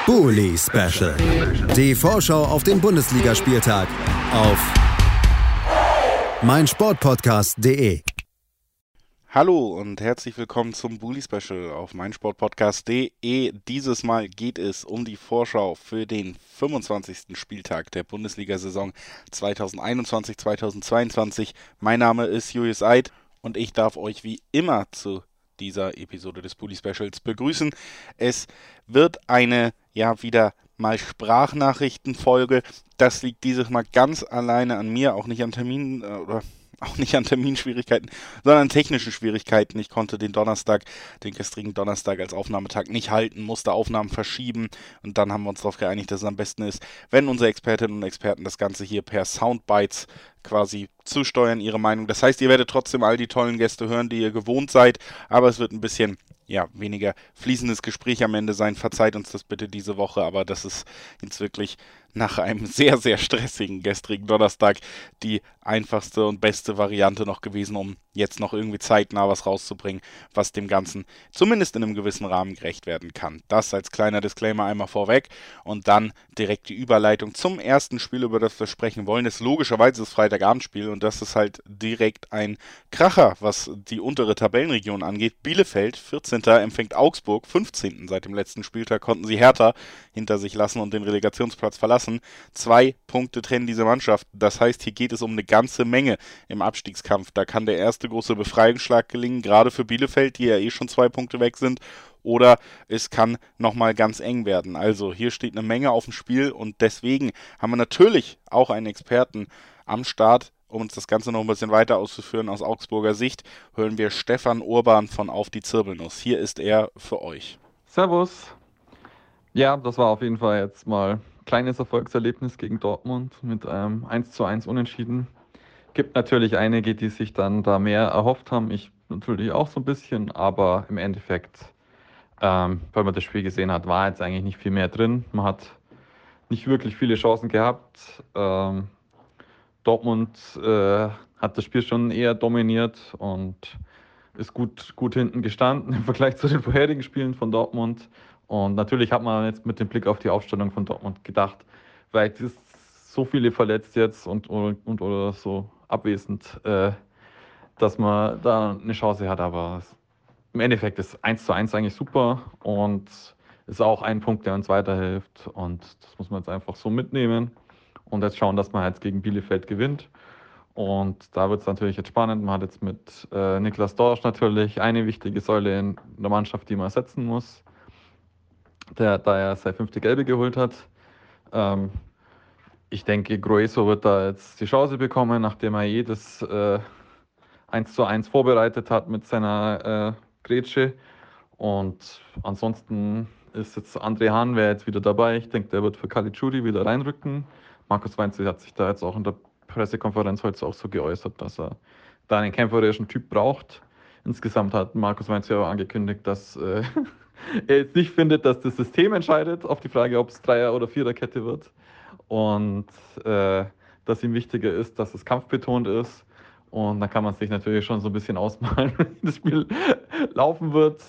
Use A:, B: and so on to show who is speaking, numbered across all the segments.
A: Bully Special. Die Vorschau auf den Bundesligaspieltag auf meinsportpodcast.de.
B: Hallo und herzlich willkommen zum Bully Special auf meinsportpodcast.de. Dieses Mal geht es um die Vorschau für den 25. Spieltag der Bundesliga-Saison 2021-2022. Mein Name ist Julius Eid und ich darf euch wie immer zu dieser Episode des Bully Specials begrüßen. Es wird eine, wieder mal Sprachnachrichtenfolge. Das liegt dieses Mal ganz alleine an mir, auch nicht an Terminschwierigkeiten, sondern an technischen Schwierigkeiten. Ich konnte den gestrigen Donnerstag als Aufnahmetag nicht halten, musste Aufnahmen verschieben und dann haben wir uns darauf geeinigt, dass es am besten ist, wenn unsere Expertinnen und Experten das Ganze hier per Soundbites quasi zusteuern, ihre Meinung. Das heißt, ihr werdet trotzdem all die tollen Gäste hören, die ihr gewohnt seid, aber es wird ein bisschen weniger fließendes Gespräch am Ende sein. Verzeiht uns das bitte diese Woche, aber das ist jetzt wirklich nach einem sehr, sehr stressigen gestrigen Donnerstag die einfachste und beste Variante noch gewesen, um jetzt noch irgendwie zeitnah was rauszubringen, was dem Ganzen zumindest in einem gewissen Rahmen gerecht werden kann. Das als kleiner Disclaimer einmal vorweg und dann direkt die Überleitung zum ersten Spiel, über das wir sprechen wollen. Das ist logischerweise das Freitagabendspiel und das ist halt direkt ein Kracher, was die untere Tabellenregion angeht. Bielefeld, 14. empfängt Augsburg, 15. Seit dem letzten Spieltag konnten sie Hertha hinter sich lassen und den Relegationsplatz verlassen. 2 Punkte trennen diese Mannschaft. Das heißt, hier geht es um eine ganze Menge im Abstiegskampf. Da kann der erste große Befreiungsschlag gelingen, gerade für Bielefeld, die ja schon 2 Punkte weg sind. Oder es kann nochmal ganz eng werden. Also hier steht eine Menge auf dem Spiel und deswegen haben wir natürlich auch einen Experten am Start. Um uns das Ganze noch ein bisschen weiter auszuführen aus Augsburger Sicht, hören wir Stefan Urban von Auf die Zirbelnuss. Hier ist er für euch.
C: Servus. Ja, das war auf jeden Fall jetzt mal ein kleines Erfolgserlebnis gegen Dortmund mit einem 1:1 Unentschieden. Gibt natürlich einige, die sich dann da mehr erhofft haben. Ich natürlich auch so ein bisschen, aber im Endeffekt, wenn man das Spiel gesehen hat, war jetzt eigentlich nicht viel mehr drin. Man hat nicht wirklich viele Chancen gehabt. Dortmund hat das Spiel schon eher dominiert und ist gut hinten gestanden im Vergleich zu den vorherigen Spielen von Dortmund. Und natürlich hat man jetzt mit dem Blick auf die Aufstellung von Dortmund gedacht, vielleicht ist so viele verletzt jetzt und oder so abwesend, dass man da eine Chance hat. Aber im Endeffekt ist 1:1 eigentlich super und ist auch ein Punkt, der uns weiterhilft. Und das muss man jetzt einfach so mitnehmen und jetzt schauen, dass man jetzt gegen Bielefeld gewinnt. Und da wird es natürlich jetzt spannend. Man hat jetzt mit Niklas Dorsch natürlich eine wichtige Säule in der Mannschaft, die man ersetzen muss, da er seine 5. Gelbe geholt hat. Ich denke, Grueso wird da jetzt die Chance bekommen, nachdem er das 1:1 vorbereitet hat mit seiner Grätsche. Und ansonsten ist jetzt André Hahn, wäre jetzt wieder dabei. Ich denke, der wird für Caligiuri wieder reinrücken. Markus Weinzel hat sich da jetzt auch in der Pressekonferenz heute auch so geäußert, dass er da einen kämpferischen Typ braucht. Insgesamt hat Markus Weinzel auch angekündigt, dass er jetzt nicht findet, dass das System entscheidet auf die Frage, ob es Dreier- oder Viererkette wird. Und dass ihm wichtiger ist, dass es kampfbetont ist. Und da kann man sich natürlich schon so ein bisschen ausmalen, wie das Spiel laufen wird.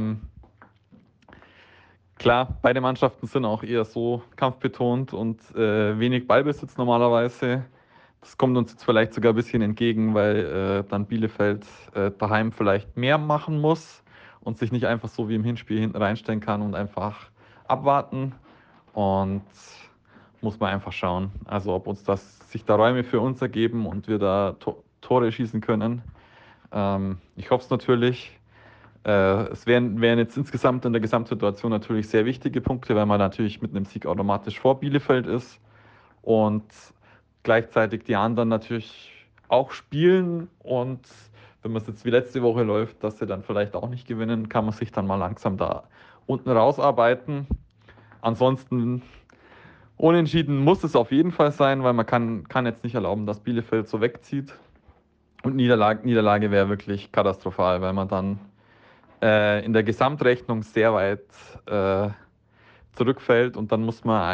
C: Klar, beide Mannschaften sind auch eher so kampfbetont und wenig Ballbesitz normalerweise. Das kommt uns jetzt vielleicht sogar ein bisschen entgegen, weil dann Bielefeld daheim vielleicht mehr machen muss und sich nicht einfach so wie im Hinspiel hinten reinstellen kann und einfach abwarten. Und muss man einfach schauen, also ob sich da Räume für uns ergeben und wir da Tore schießen können. Ich hoffe es natürlich. Es wären jetzt insgesamt in der Gesamtsituation natürlich sehr wichtige Punkte, weil man natürlich mit einem Sieg automatisch vor Bielefeld ist und gleichzeitig die anderen natürlich auch spielen. Und wenn man es jetzt wie letzte Woche läuft, dass sie dann vielleicht auch nicht gewinnen, kann man sich dann mal langsam da unten rausarbeiten. Ansonsten unentschieden muss es auf jeden Fall sein, weil man kann jetzt nicht erlauben, dass Bielefeld so wegzieht. Und Niederlage wäre wirklich katastrophal, weil man dann in der Gesamtrechnung sehr weit zurückfällt und dann muss man,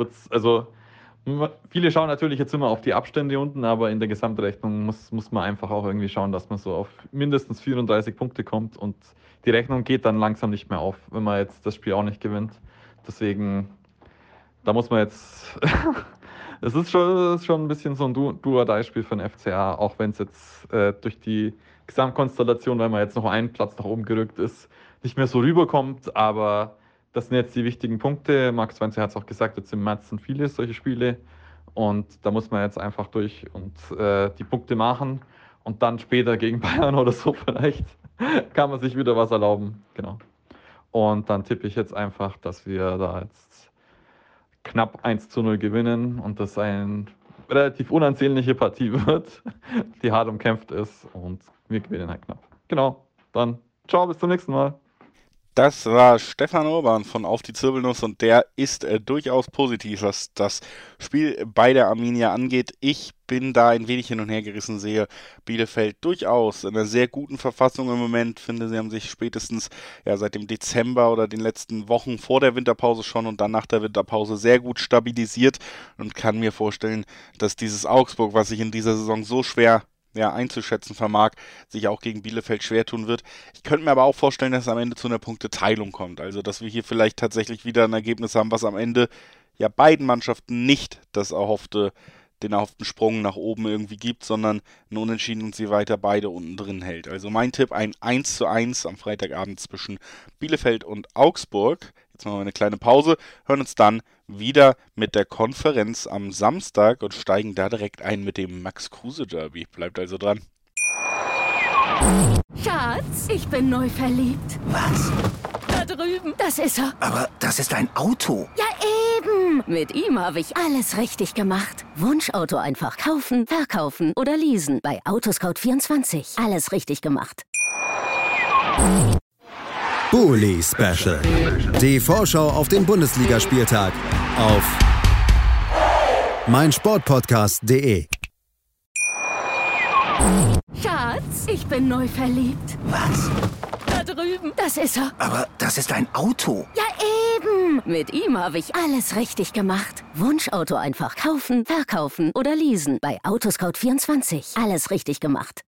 C: viele schauen natürlich jetzt immer auf die Abstände unten, aber in der Gesamtrechnung muss man einfach auch irgendwie schauen, dass man so auf mindestens 34 Punkte kommt und die Rechnung geht dann langsam nicht mehr auf, wenn man jetzt das Spiel auch nicht gewinnt. Deswegen, da muss man jetzt, es ist schon ein bisschen so ein Do-or-Die-Spiel für den FCA, auch wenn es jetzt durch die Gesamtkonstellation, weil man jetzt noch einen Platz nach oben gerückt ist, nicht mehr so rüberkommt, aber das sind jetzt die wichtigen Punkte. Max Weinze hat es auch gesagt, jetzt im März sind viele solche Spiele und da muss man jetzt einfach durch und die Punkte machen und dann später gegen Bayern oder so vielleicht kann man sich wieder was erlauben. Genau. Und dann tippe ich jetzt einfach, dass wir da jetzt knapp 1-0 gewinnen und das eine relativ unansehnliche Partie wird, die hart umkämpft ist und wir gewinnen halt knapp. Genau, dann ciao, bis zum nächsten Mal.
B: Das war Stefan Urban von Auf die Zirbelnuss und der ist durchaus positiv, was das Spiel bei der Arminia angeht. Ich bin da ein wenig hin und her gerissen, sehe Bielefeld durchaus in einer sehr guten Verfassung im Moment. Finde, sie haben sich spätestens seit dem Dezember oder den letzten Wochen vor der Winterpause schon und dann nach der Winterpause sehr gut stabilisiert und kann mir vorstellen, dass dieses Augsburg, was sich in dieser Saison so schwer einzuschätzen vermag, sich auch gegen Bielefeld schwer tun wird. Ich könnte mir aber auch vorstellen, dass es am Ende zu einer Punkteteilung kommt. Also, dass wir hier vielleicht tatsächlich wieder ein Ergebnis haben, was am Ende beiden Mannschaften nicht den erhofften Sprung nach oben irgendwie gibt, sondern ein Unentschieden und sie weiter beide unten drin hält. Also mein Tipp, ein 1:1 am Freitagabend zwischen Bielefeld und Augsburg. Jetzt machen wir eine kleine Pause, hören uns dann wieder mit der Konferenz am Samstag und steigen da direkt ein mit dem Max-Kruse-Derby. Bleibt also dran.
D: Schatz, ich bin neu verliebt.
E: Was?
D: Da drüben. Das ist er.
E: Aber das ist ein Auto.
D: Ja, eben. Mit ihm habe ich alles richtig gemacht. Wunschauto einfach kaufen, verkaufen oder leasen. Bei Autoscout24. Alles richtig gemacht.
A: Bully Special. Die Vorschau auf den Bundesligaspieltag auf meinsportpodcast.de.
D: Schatz, ich bin neu verliebt.
E: Was?
D: Da drüben. Das ist er.
E: Aber das ist ein Auto.
D: Ja, eben. Mit ihm habe ich alles richtig gemacht. Wunschauto einfach kaufen, verkaufen oder leasen. Bei Autoscout24. Alles richtig gemacht.